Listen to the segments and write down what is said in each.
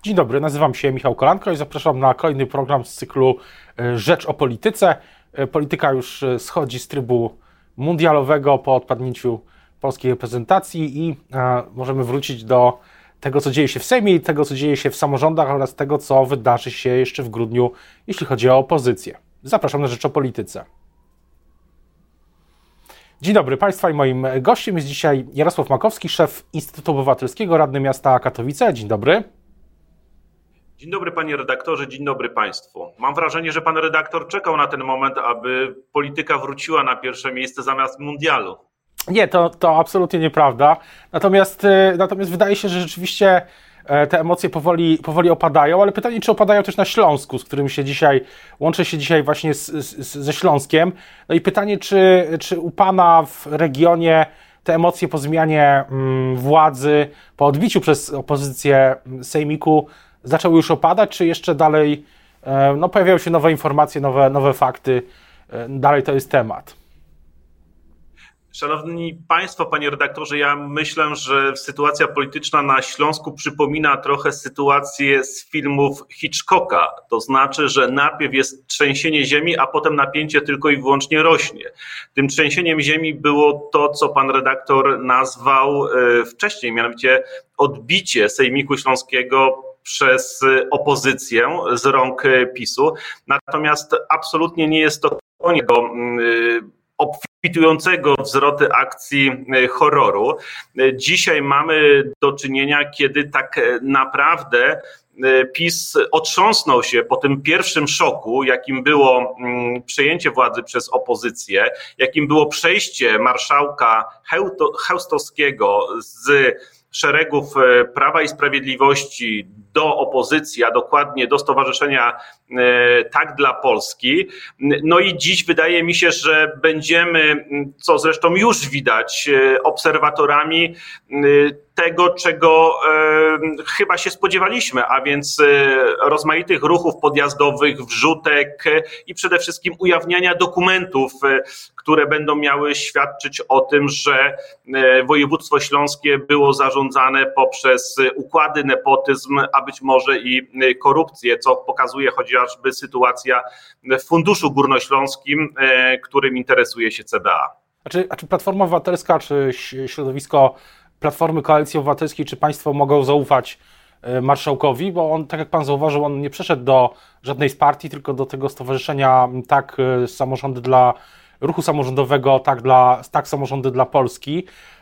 Dzień dobry, nazywam się Michał Kolanko i zapraszam na kolejny program z cyklu Rzecz o Polityce. Polityka już schodzi z trybu mundialowego po odpadnięciu polskiej reprezentacji i możemy wrócić do tego, co dzieje się w Sejmie i tego, co dzieje się w samorządach oraz tego, co wydarzy się jeszcze w grudniu, jeśli chodzi o opozycję. Zapraszam na Rzecz o Polityce. Dzień dobry Państwa i moim gościem jest dzisiaj Jarosław Makowski, szef Instytutu Obywatelskiego, radny miasta Katowice. Dzień dobry. Dzień dobry panie redaktorze, dzień dobry państwu. Mam wrażenie, że pan redaktor czekał na ten moment, aby polityka wróciła na pierwsze miejsce zamiast mundialu. Nie, to absolutnie nieprawda. Natomiast wydaje się, że rzeczywiście te emocje powoli opadają, ale pytanie, czy opadają też na Śląsku, z którym łączę się dzisiaj właśnie ze Śląskiem. No i pytanie, czy u pana w regionie te emocje po zmianie władzy, po odbiciu przez opozycję sejmiku zaczęły już opadać, czy jeszcze dalej pojawiają się nowe informacje, nowe fakty, dalej to jest temat? Szanowni Państwo, panie redaktorze, ja myślę, że sytuacja polityczna na Śląsku przypomina trochę sytuację z filmów Hitchcocka. To znaczy, że najpierw jest trzęsienie ziemi, a potem napięcie tylko i wyłącznie rośnie. Tym trzęsieniem ziemi było to, co pan redaktor nazwał wcześniej, mianowicie odbicie Sejmiku Śląskiego przez opozycję z rąk PiS-u. Natomiast absolutnie nie jest to koniec tego obfitującego wzroty akcji horroru. Dzisiaj mamy do czynienia, kiedy tak naprawdę PiS otrząsnął się po tym pierwszym szoku, jakim było przejęcie władzy przez opozycję, jakim było przejście marszałka Chełstowskiego z szeregów Prawa i Sprawiedliwości do opozycji, a dokładnie do Stowarzyszenia Tak dla Polski. No i dziś wydaje mi się, że będziemy, co zresztą już widać, obserwatorami tego, czego chyba się spodziewaliśmy, a więc rozmaitych ruchów podjazdowych, wrzutek i przede wszystkim ujawniania dokumentów, które będą miały świadczyć o tym, że województwo śląskie było zarządzane poprzez układy, nepotyzm, a być może i korupcję, co pokazuje chociażby sytuacja w Funduszu Górnośląskim, którym interesuje się CBA. A czy Platforma Obywatelska, czy środowisko Platformy Koalicji Obywatelskiej, czy państwo mogą zaufać marszałkowi, bo on, tak jak pan zauważył, on nie przeszedł do żadnej z partii, tylko do tego stowarzyszenia samorządy dla ruchu samorządowego, tak samorządy dla Polski.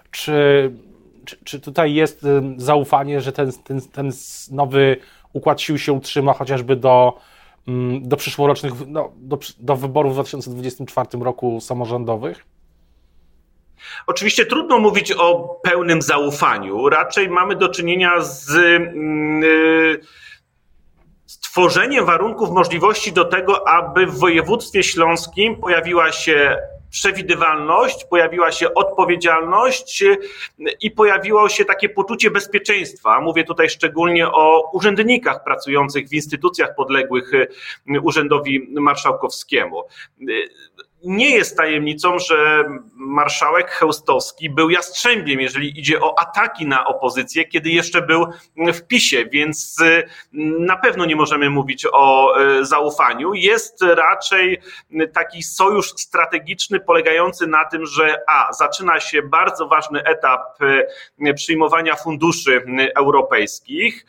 Czy tutaj jest zaufanie, że ten nowy układ sił się utrzyma chociażby do przyszłorocznych, do wyborów w 2024 roku samorządowych? Oczywiście trudno mówić o pełnym zaufaniu. Raczej mamy do czynienia z stworzeniem warunków, możliwości do tego, aby w województwie śląskim pojawiła się przewidywalność, pojawiła się odpowiedzialność i pojawiło się takie poczucie bezpieczeństwa. Mówię tutaj szczególnie o urzędnikach pracujących w instytucjach podległych urzędowi marszałkowskiemu. Nie jest tajemnicą, że marszałek Chełstowski był jastrzębiem, jeżeli idzie o ataki na opozycję, kiedy jeszcze był w PiS-ie, więc na pewno nie możemy mówić o zaufaniu. Jest raczej taki sojusz strategiczny polegający na tym, że zaczyna się bardzo ważny etap przyjmowania funduszy europejskich,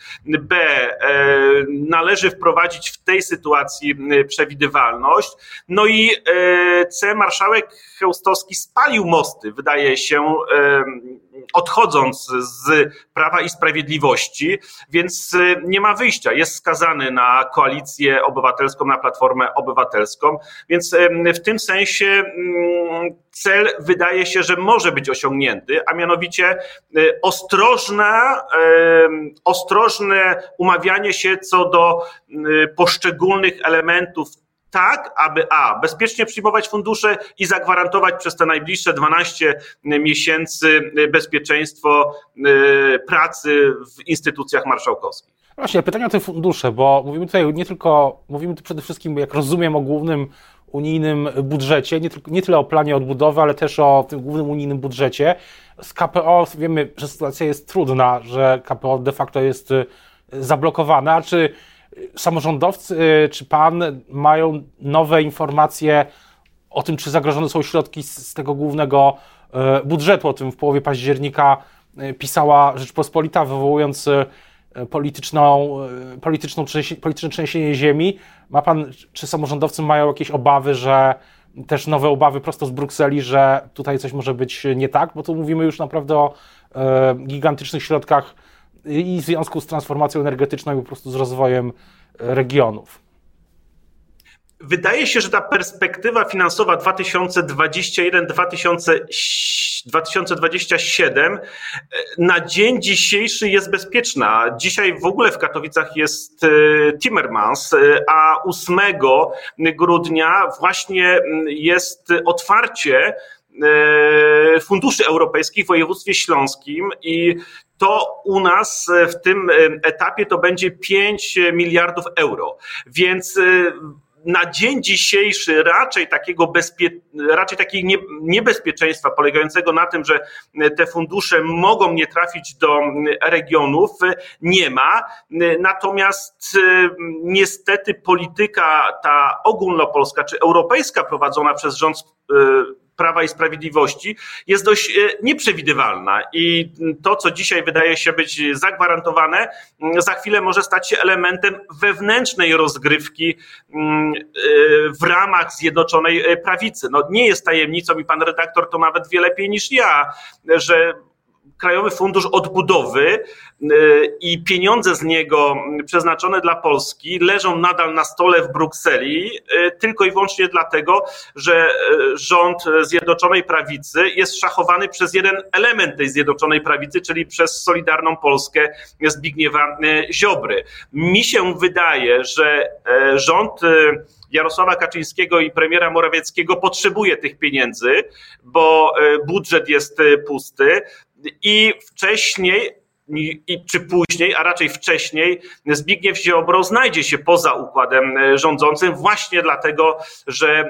należy wprowadzić w tej sytuacji przewidywalność, no i marszałek Chełstowski spalił mosty, wydaje się, odchodząc z Prawa i Sprawiedliwości, więc nie ma wyjścia. Jest skazany na Koalicję Obywatelską, na Platformę Obywatelską, więc w tym sensie cel wydaje się, że może być osiągnięty, a mianowicie ostrożne umawianie się co do poszczególnych elementów, tak, aby bezpiecznie przyjmować fundusze i zagwarantować przez te najbliższe 12 miesięcy bezpieczeństwo pracy w instytucjach marszałkowskich. Właśnie, pytanie o te fundusze, bo mówimy tu przede wszystkim, jak rozumiem, o głównym unijnym budżecie, nie tyle o planie odbudowy, ale też o tym głównym unijnym budżecie. Z KPO wiemy, że sytuacja jest trudna, że KPO de facto jest zablokowane. A czy samorządowcy, czy pan mają nowe informacje o tym, czy zagrożone są środki z tego głównego budżetu? O tym w połowie października pisała Rzeczpospolita, wywołując polityczne trzęsienie ziemi. Ma pan, czy samorządowcy mają jakieś obawy, że też nowe obawy prosto z Brukseli, że tutaj coś może być nie tak? Bo tu mówimy już naprawdę o gigantycznych środkach i w związku z transformacją energetyczną i po prostu z rozwojem regionów. Wydaje się, że ta perspektywa finansowa 2021-2027 na dzień dzisiejszy jest bezpieczna. Dzisiaj w ogóle w Katowicach jest Timmermans, a 8 grudnia właśnie jest otwarcie funduszy europejskich w województwie śląskim i to u nas w tym etapie to będzie 5 miliardów euro. Więc na dzień dzisiejszy raczej takiej niebezpieczeństwa polegającego na tym, że te fundusze mogą nie trafić do regionów, nie ma. Natomiast niestety polityka ta ogólnopolska czy europejska prowadzona przez rząd Prawa i Sprawiedliwości jest dość nieprzewidywalna i to, co dzisiaj wydaje się być zagwarantowane, za chwilę może stać się elementem wewnętrznej rozgrywki w ramach Zjednoczonej Prawicy. No, nie jest tajemnicą i pan redaktor to nawet wie lepiej niż ja, że Krajowy Fundusz Odbudowy i pieniądze z niego przeznaczone dla Polski leżą nadal na stole w Brukseli tylko i wyłącznie dlatego, że rząd Zjednoczonej Prawicy jest szachowany przez jeden element tej Zjednoczonej Prawicy, czyli przez Solidarną Polskę Zbigniewa Ziobry. Mi się wydaje, że rząd Jarosława Kaczyńskiego i premiera Morawieckiego potrzebuje tych pieniędzy, bo budżet jest pusty i wcześniej czy później, a raczej wcześniej, Zbigniew Ziobro znajdzie się poza układem rządzącym właśnie dlatego, że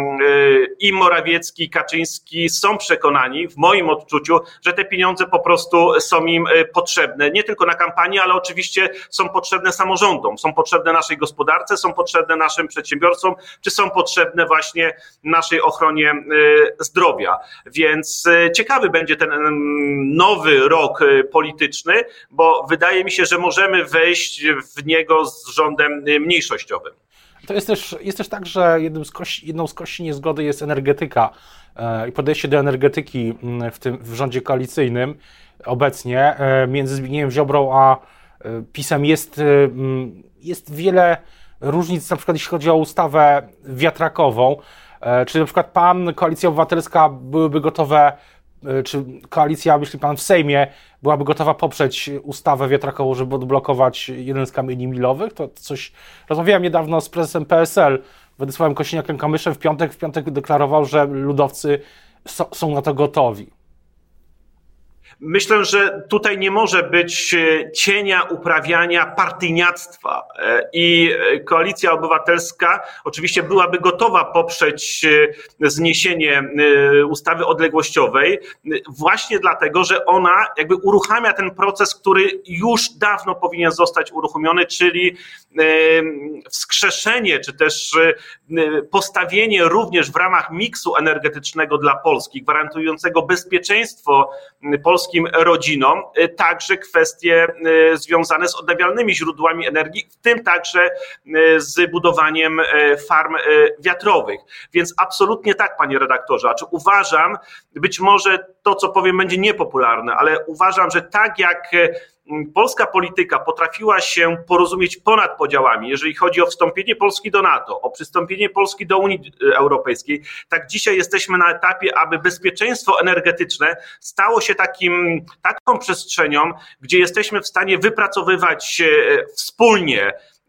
i Morawiecki, i Kaczyński są przekonani, w moim odczuciu, że te pieniądze po prostu są im potrzebne. Nie tylko na kampanię, ale oczywiście są potrzebne samorządom, są potrzebne naszej gospodarce, są potrzebne naszym przedsiębiorcom, czy są potrzebne właśnie naszej ochronie zdrowia. Więc ciekawy będzie ten nowy rok polityczny, bo wydaje mi się, że możemy wejść w niego z rządem mniejszościowym. To jest też tak, że jedną z kości niezgody jest energetyka i podejście do energetyki w rządzie koalicyjnym obecnie. Między Zbigniewem Ziobrą a PiS-em jest wiele różnic, na przykład jeśli chodzi o ustawę wiatrakową. Czy na przykład pan, Koalicja Obywatelska byłyby gotowe, czy koalicja, myśli pan, w Sejmie byłaby gotowa poprzeć ustawę wiatrakową, żeby odblokować jeden z kamieni milowych? To coś. Rozmawiałem niedawno z prezesem PSL, Władysławem Kosiniakiem-Kamyszem. W piątek deklarował, że ludowcy są na to gotowi. Myślę, że tutaj nie może być cienia uprawiania partyjniactwa i Koalicja Obywatelska oczywiście byłaby gotowa poprzeć zniesienie ustawy odległościowej właśnie dlatego, że ona jakby uruchamia ten proces, który już dawno powinien zostać uruchomiony, czyli wskrzeszenie czy też postawienie również w ramach miksu energetycznego dla Polski, gwarantującego bezpieczeństwo polskim rodzinom, także kwestie związane z odnawialnymi źródłami energii, w tym także z budowaniem farm wiatrowych. Więc absolutnie tak, panie redaktorze. Znaczy uważam, być może to, co powiem, będzie niepopularne, ale uważam, że tak jak polska polityka potrafiła się porozumieć ponad podziałami, jeżeli chodzi o wstąpienie Polski do NATO, o przystąpienie Polski do Unii Europejskiej, tak dzisiaj jesteśmy na etapie, aby bezpieczeństwo energetyczne stało się taką przestrzenią, gdzie jesteśmy w stanie wypracowywać wspólnie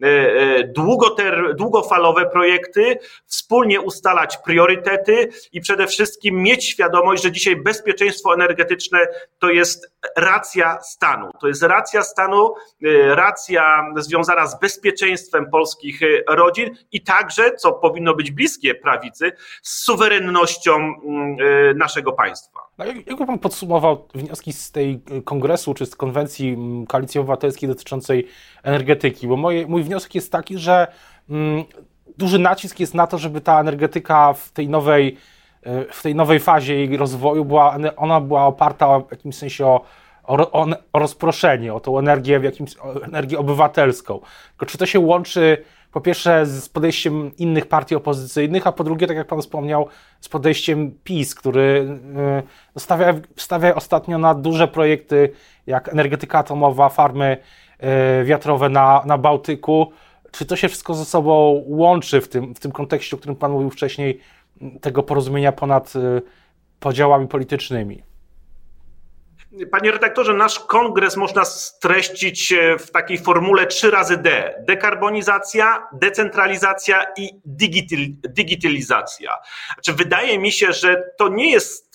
długofalowe projekty, wspólnie ustalać priorytety i przede wszystkim mieć świadomość, że dzisiaj bezpieczeństwo energetyczne to jest racja stanu. To jest racja stanu, racja związana z bezpieczeństwem polskich rodzin i także, co powinno być bliskie prawicy, z suwerennością naszego państwa. Jakby pan podsumował wnioski z tej kongresu czy z konwencji Koalicji Obywatelskiej dotyczącej energetyki? Bo mój wniosek jest taki, że duży nacisk jest na to, żeby ta energetyka w tej nowej fazie jej rozwoju była oparta w jakimś sensie o rozproszenie, o tą energię, energię obywatelską. Tylko czy to się łączy po pierwsze z podejściem innych partii opozycyjnych, a po drugie, tak jak pan wspomniał, z podejściem PiS, który stawia ostatnio na duże projekty jak energetyka atomowa, farmy wiatrowe na Bałtyku. Czy to się wszystko ze sobą łączy w tym kontekście, o którym pan mówił wcześniej, tego porozumienia ponad podziałami politycznymi? Panie redaktorze, nasz kongres można streścić w takiej formule 3 razy D. Dekarbonizacja, decentralizacja i digitalizacja. Znaczy, wydaje mi się, że to nie jest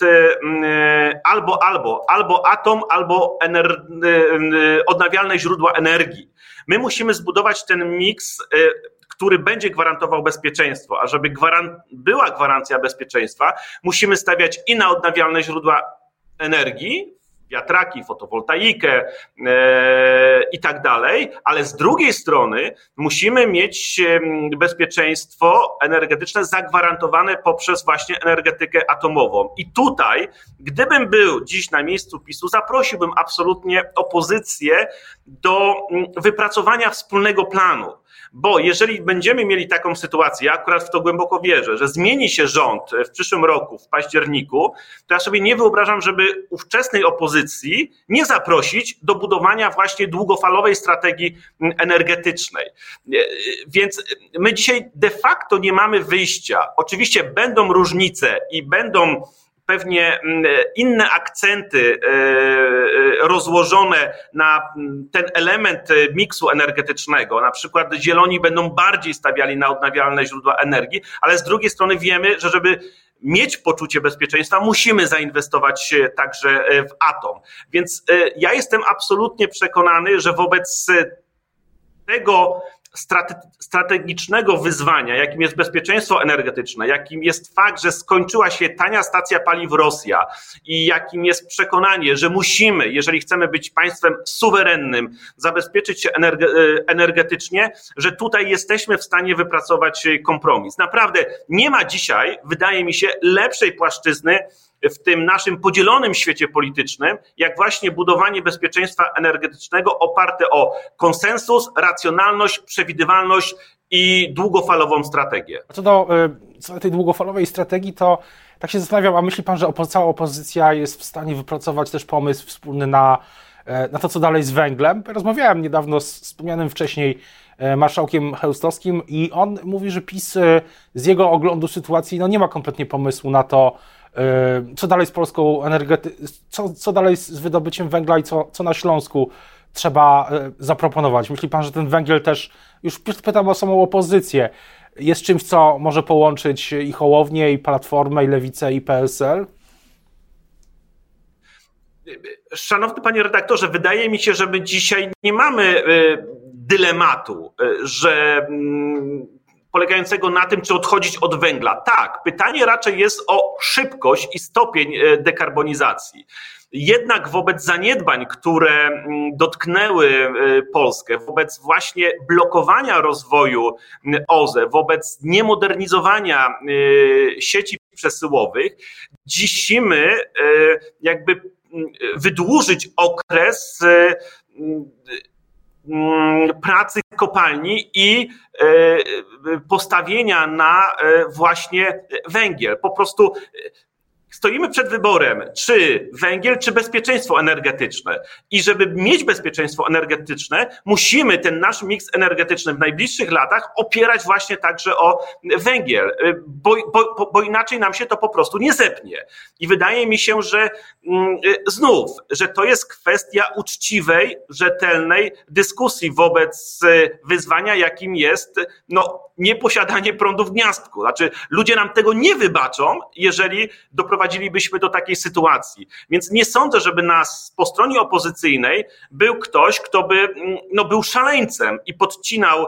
albo atom, albo odnawialne źródła energii. My musimy zbudować ten miks, który będzie gwarantował bezpieczeństwo, a żeby była gwarancja bezpieczeństwa, musimy stawiać i na odnawialne źródła energii, wiatraki, fotowoltaikę i tak dalej, ale z drugiej strony musimy mieć bezpieczeństwo energetyczne zagwarantowane poprzez właśnie energetykę atomową. I tutaj, gdybym był dziś na miejscu PiS-u, zaprosiłbym absolutnie opozycję do wypracowania wspólnego planu. Bo jeżeli będziemy mieli taką sytuację, ja akurat w to głęboko wierzę, że zmieni się rząd w przyszłym roku, w październiku, to ja sobie nie wyobrażam, żeby ówczesnej opozycji nie zaprosić do budowania właśnie długofalowej strategii energetycznej. Więc my dzisiaj de facto nie mamy wyjścia. Oczywiście będą różnice i będą pewnie inne akcenty rozłożone na ten element miksu energetycznego. Na przykład zieloni będą bardziej stawiali na odnawialne źródła energii, ale z drugiej strony wiemy, że żeby mieć poczucie bezpieczeństwa, musimy zainwestować także w atom. Więc ja jestem absolutnie przekonany, że wobec tego strategicznego wyzwania, jakim jest bezpieczeństwo energetyczne, jakim jest fakt, że skończyła się tania stacja paliw Rosja i jakim jest przekonanie, że musimy, jeżeli chcemy być państwem suwerennym, zabezpieczyć się energetycznie, że tutaj jesteśmy w stanie wypracować kompromis. Naprawdę nie ma dzisiaj, wydaje mi się, lepszej płaszczyzny w tym naszym podzielonym świecie politycznym, jak właśnie budowanie bezpieczeństwa energetycznego oparte o konsensus, racjonalność, przewidywalność i długofalową strategię. Co do tej długofalowej strategii, to tak się zastanawiam, a myśli pan, że cała opozycja jest w stanie wypracować też pomysł wspólny na to, co dalej z węglem? Rozmawiałem niedawno z wspomnianym wcześniej marszałkiem Chełstowskim i on mówi, że PiS z jego oglądu sytuacji nie ma kompletnie pomysłu na to, co dalej z polską energetyką, co dalej z wydobyciem węgla i co na Śląsku trzeba zaproponować. Myśli pan, że ten węgiel też, już pytam o samą opozycję, jest czymś, co może połączyć i Hołownię, i Platformę, i Lewicę, i PSL? Szanowny panie redaktorze, wydaje mi się, że my dzisiaj nie mamy dylematu, że polegającego na tym, czy odchodzić od węgla. Tak, pytanie raczej jest o szybkość i stopień dekarbonizacji. Jednak wobec zaniedbań, które dotknęły Polskę, wobec właśnie blokowania rozwoju OZE, wobec niemodernizowania sieci przesyłowych, musimy jakby wydłużyć okres pracy kopalni i postawienia na właśnie węgiel. Po prostu stoimy przed wyborem, czy węgiel, czy bezpieczeństwo energetyczne. I żeby mieć bezpieczeństwo energetyczne, musimy ten nasz miks energetyczny w najbliższych latach opierać właśnie także o węgiel, bo inaczej nam się to po prostu nie zepnie. I wydaje mi się, że znów, że to jest kwestia uczciwej, rzetelnej dyskusji wobec wyzwania, jakim jest nieposiadanie prądu w gniazdku. Znaczy, ludzie nam tego nie wybaczą, jeżeli doprowadzilibyśmy do takiej sytuacji. Więc nie sądzę, żeby nas po stronie opozycyjnej był ktoś, kto by był szaleńcem i podcinał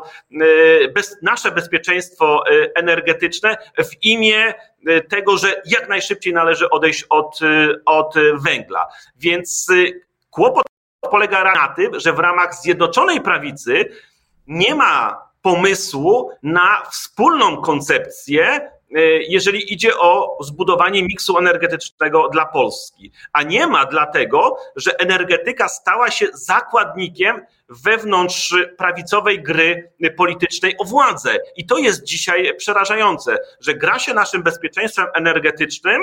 nasze bezpieczeństwo energetyczne w imię tego, że jak najszybciej należy odejść od węgla. Więc kłopot polega na tym, że w ramach Zjednoczonej Prawicy nie ma pomysłu na wspólną koncepcję, jeżeli idzie o zbudowanie miksu energetycznego dla Polski. A nie ma dlatego, że energetyka stała się zakładnikiem wewnątrz prawicowej gry politycznej o władzę. I to jest dzisiaj przerażające, że gra się naszym bezpieczeństwem energetycznym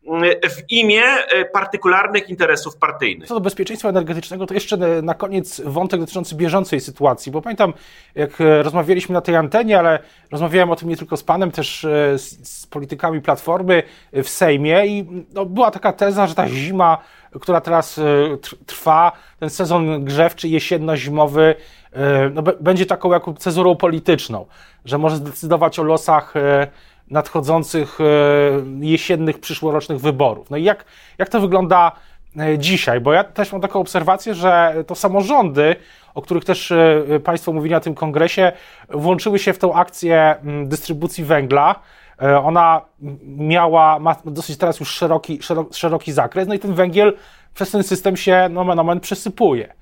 w imię partykularnych interesów partyjnych. Co do bezpieczeństwa energetycznego, to jeszcze na koniec wątek dotyczący bieżącej sytuacji, bo pamiętam, jak rozmawialiśmy na tej antenie, ale rozmawiałem o tym nie tylko z panem, też z politykami Platformy w Sejmie i była taka teza, że ta zima, która teraz trwa, ten sezon grzewczy, jesienno-zimowy, będzie taką jakąś cezurą polityczną, że może zdecydować o losach nadchodzących jesiennych, przyszłorocznych wyborów. No i jak to wygląda dzisiaj? Bo ja też mam taką obserwację, że to samorządy, o których też państwo mówili na tym kongresie, włączyły się w tą akcję dystrybucji węgla. Ona ma dosyć teraz już szeroki zakres, no i ten węgiel przez ten system się nomen omen przesypuje.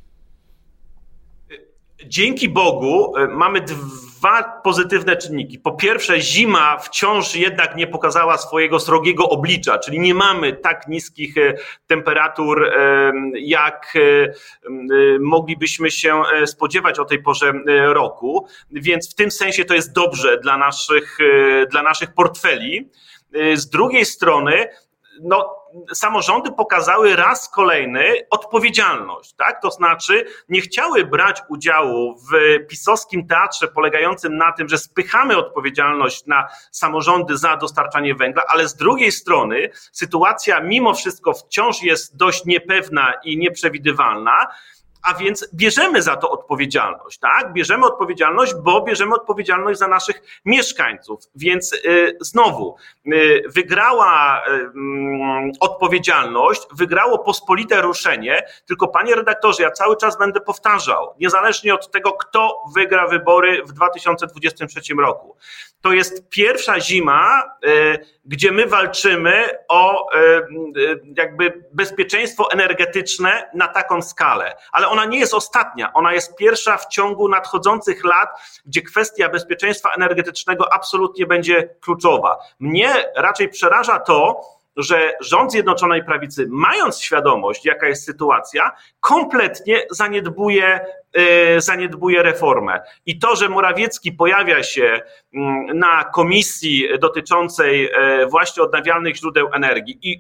Dzięki Bogu mamy dwa pozytywne czynniki. Po pierwsze, zima wciąż jednak nie pokazała swojego srogiego oblicza, czyli nie mamy tak niskich temperatur, jak moglibyśmy się spodziewać o tej porze roku, więc w tym sensie to jest dobrze dla naszych portfeli. Z drugiej strony, samorządy pokazały raz kolejny odpowiedzialność, tak? To znaczy nie chciały brać udziału w pisowskim teatrze polegającym na tym, że spychamy odpowiedzialność na samorządy za dostarczanie węgla, ale z drugiej strony sytuacja mimo wszystko wciąż jest dość niepewna i nieprzewidywalna, a więc bierzemy za to odpowiedzialność, tak? Bierzemy odpowiedzialność, bo bierzemy odpowiedzialność za naszych mieszkańców. Więc znowu wygrała odpowiedzialność, wygrało pospolite ruszenie, tylko panie redaktorze, ja cały czas będę powtarzał, niezależnie od tego, kto wygra wybory w 2023 roku. To jest pierwsza zima, gdzie my walczymy o jakby bezpieczeństwo energetyczne na taką skalę. Ale ona nie jest ostatnia, ona jest pierwsza w ciągu nadchodzących lat, gdzie kwestia bezpieczeństwa energetycznego absolutnie będzie kluczowa. Mnie raczej przeraża to, że rząd Zjednoczonej Prawicy, mając świadomość, jaka jest sytuacja, kompletnie zaniedbuje reformę. I to, że Morawiecki pojawia się na komisji dotyczącej właśnie odnawialnych źródeł energii i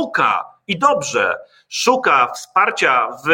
szuka wsparcia w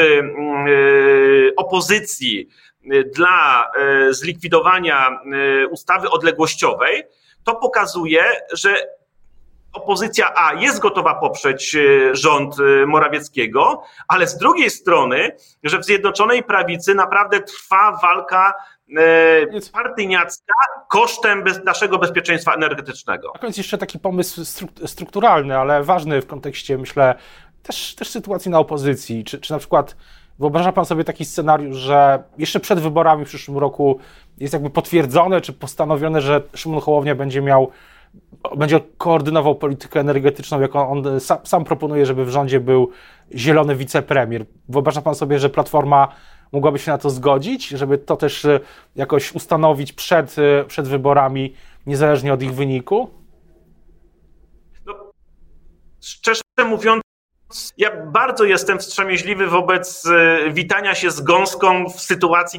opozycji dla zlikwidowania ustawy odległościowej, to pokazuje, że opozycja jest gotowa poprzeć rząd Morawieckiego, ale z drugiej strony, że w Zjednoczonej Prawicy naprawdę trwa walka partyjniacka kosztem naszego bezpieczeństwa energetycznego. A koniec jeszcze taki pomysł strukturalny, ale ważny w kontekście, myślę, też sytuacji na opozycji. Czy na przykład wyobraża pan sobie taki scenariusz, że jeszcze przed wyborami w przyszłym roku jest jakby potwierdzone, czy postanowione, że Szymon Hołownia będzie koordynował politykę energetyczną, jaką on sam proponuje, żeby w rządzie był zielony wicepremier. Wyobraża pan sobie, że Platforma mogłaby się na to zgodzić, żeby to też jakoś ustanowić przed wyborami, niezależnie od ich wyniku? Szczerze mówiąc, Ja bardzo jestem wstrzemięźliwy wobec witania się z gąską w sytuacji,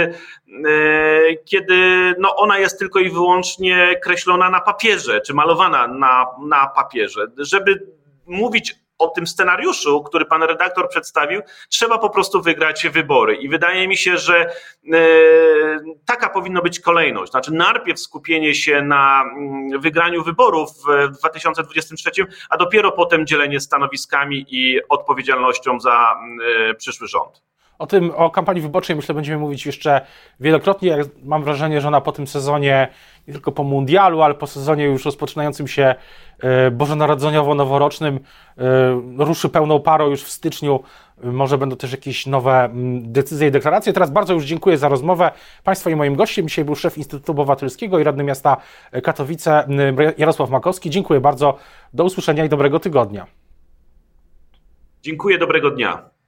kiedy no ona jest tylko i wyłącznie kreślona na papierze, czy malowana na papierze. Żeby mówić o tym scenariuszu, który pan redaktor przedstawił, trzeba po prostu wygrać wybory. I wydaje mi się, że taka powinna być kolejność. Znaczy najpierw skupienie się na wygraniu wyborów w 2023, a dopiero potem dzielenie stanowiskami i odpowiedzialnością za przyszły rząd. O kampanii wyborczej myślę będziemy mówić jeszcze wielokrotnie. Mam wrażenie, że ona po tym sezonie, nie tylko po mundialu, ale po sezonie już rozpoczynającym się bożonarodzeniowo-noworocznym ruszy pełną parą już w styczniu. Może będą też jakieś nowe decyzje i deklaracje. Teraz bardzo już dziękuję za rozmowę Państwa i moim gościem. Dzisiaj był szef Instytutu Obywatelskiego i radny miasta Katowice Jarosław Makowski. Dziękuję bardzo. Do usłyszenia i dobrego tygodnia. Dziękuję, dobrego dnia.